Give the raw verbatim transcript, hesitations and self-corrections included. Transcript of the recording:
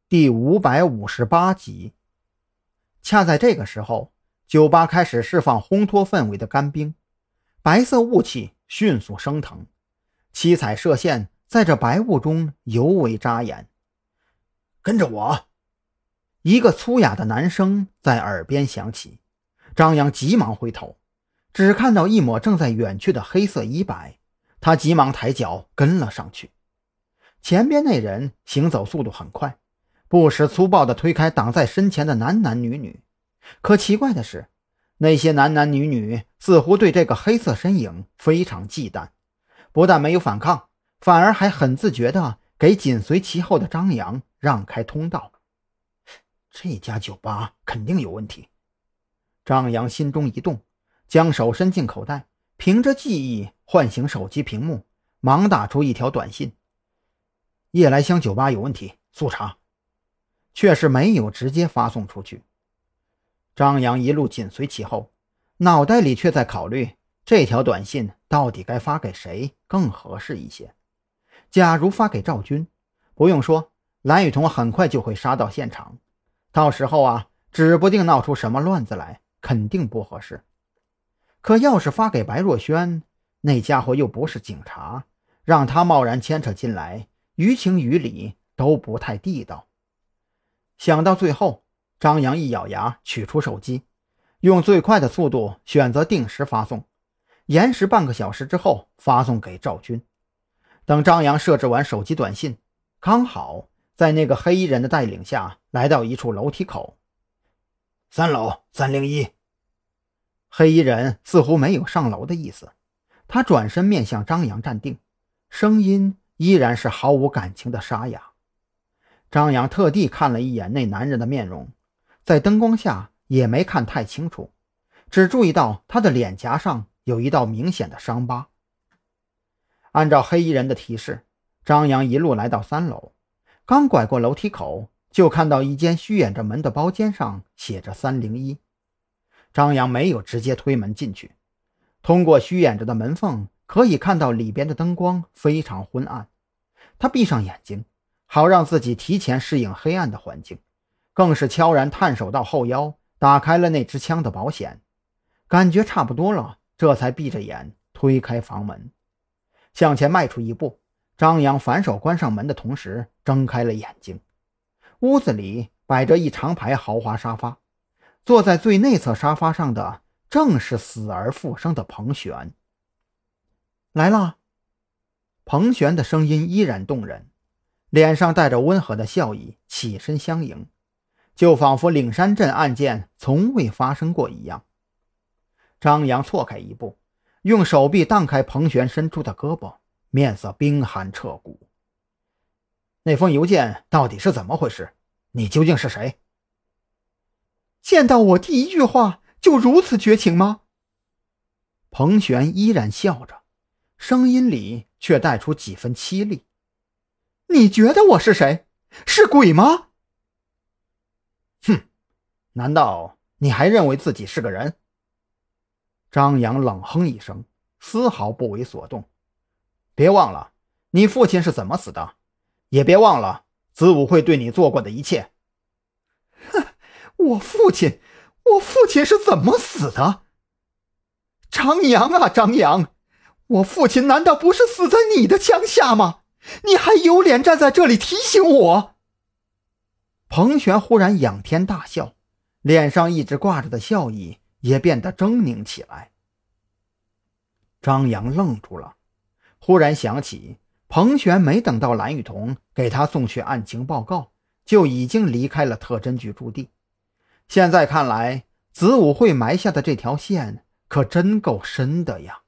第五百五十八集。恰在这个时候，酒吧开始释放烘托氛围的干冰，白色雾气迅速升腾，七彩射线在这白雾中尤为扎眼。跟着我！一个粗哑的男声在耳边响起。张扬急忙回头，只看到一抹正在远去的黑色衣摆，他急忙抬脚跟了上去。前边那人行走速度很快，不时粗暴地推开挡在身前的男男女女。可奇怪的是，那些男男女女似乎对这个黑色身影非常忌惮，不但没有反抗，反而还很自觉地给紧随其后的张扬让开通道。这家酒吧肯定有问题。张扬心中一动，将手伸进口袋，凭着记忆唤醒手机屏幕，忙打出一条短信：夜来香酒吧有问题，速查。却是没有直接发送出去。张扬一路紧随其后，脑袋里却在考虑这条短信到底该发给谁更合适一些。假如发给赵军，不用说，蓝雨桐很快就会杀到现场，到时候啊，指不定闹出什么乱子来，肯定不合适。可要是发给白若萱，那家伙又不是警察，让他贸然牵扯进来，于情于理都不太地道。想到最后，张扬一咬牙取出手机，用最快的速度选择定时发送，延时半个小时之后发送给赵军。等张扬设置完手机短信，刚好在那个黑衣人的带领下来到一处楼梯口。三楼三零一。黑衣人似乎没有上楼的意思，他转身面向张扬站定，声音依然是毫无感情的沙哑。张扬特地看了一眼那男人的面容，在灯光下也没看太清楚，只注意到他的脸颊上有一道明显的伤疤。按照黑衣人的提示，张扬一路来到三楼，刚拐过楼梯口，就看到一间虚掩着门的包间上写着三零一。张扬没有直接推门进去，通过虚掩着的门缝可以看到里边的灯光非常昏暗。他闭上眼睛，好让自己提前适应黑暗的环境，更是悄然探手到后腰，打开了那支枪的保险，感觉差不多了，这才闭着眼推开房门，向前迈出一步。张扬反手关上门的同时睁开了眼睛。屋子里摆着一长排豪华沙发，坐在最内侧沙发上的正是死而复生的彭璇。来了。彭璇的声音依然动人，脸上带着温和的笑意，起身相迎，就仿佛岭山镇案件从未发生过一样。张扬错开一步，用手臂荡开彭璇伸出的胳膊，面色冰寒彻骨。那封邮件到底是怎么回事？你究竟是谁？ 见到我第一句话就如此绝情吗？ 彭璇依然笑着，声音里却带出几分凄厉。 你觉得我是谁？是鬼吗？ 哼，难道你还认为自己是个人？张扬冷哼一声，丝毫不为所动。别忘了你父亲是怎么死的，也别忘了子午会对你做过的一切。 哼，我父亲我父亲是怎么死的？张扬啊张扬，我父亲难道不是死在你的枪下吗？你还有脸站在这里提醒我？ 彭璇忽然仰天大笑，脸上一直挂着的笑意也变得狰狞起来。张扬愣住了，忽然想起彭璇没等到蓝雨桐给他送去案情报告，就已经离开了特侦局驻地。现在看来，子午会埋下的这条线可真够深的呀。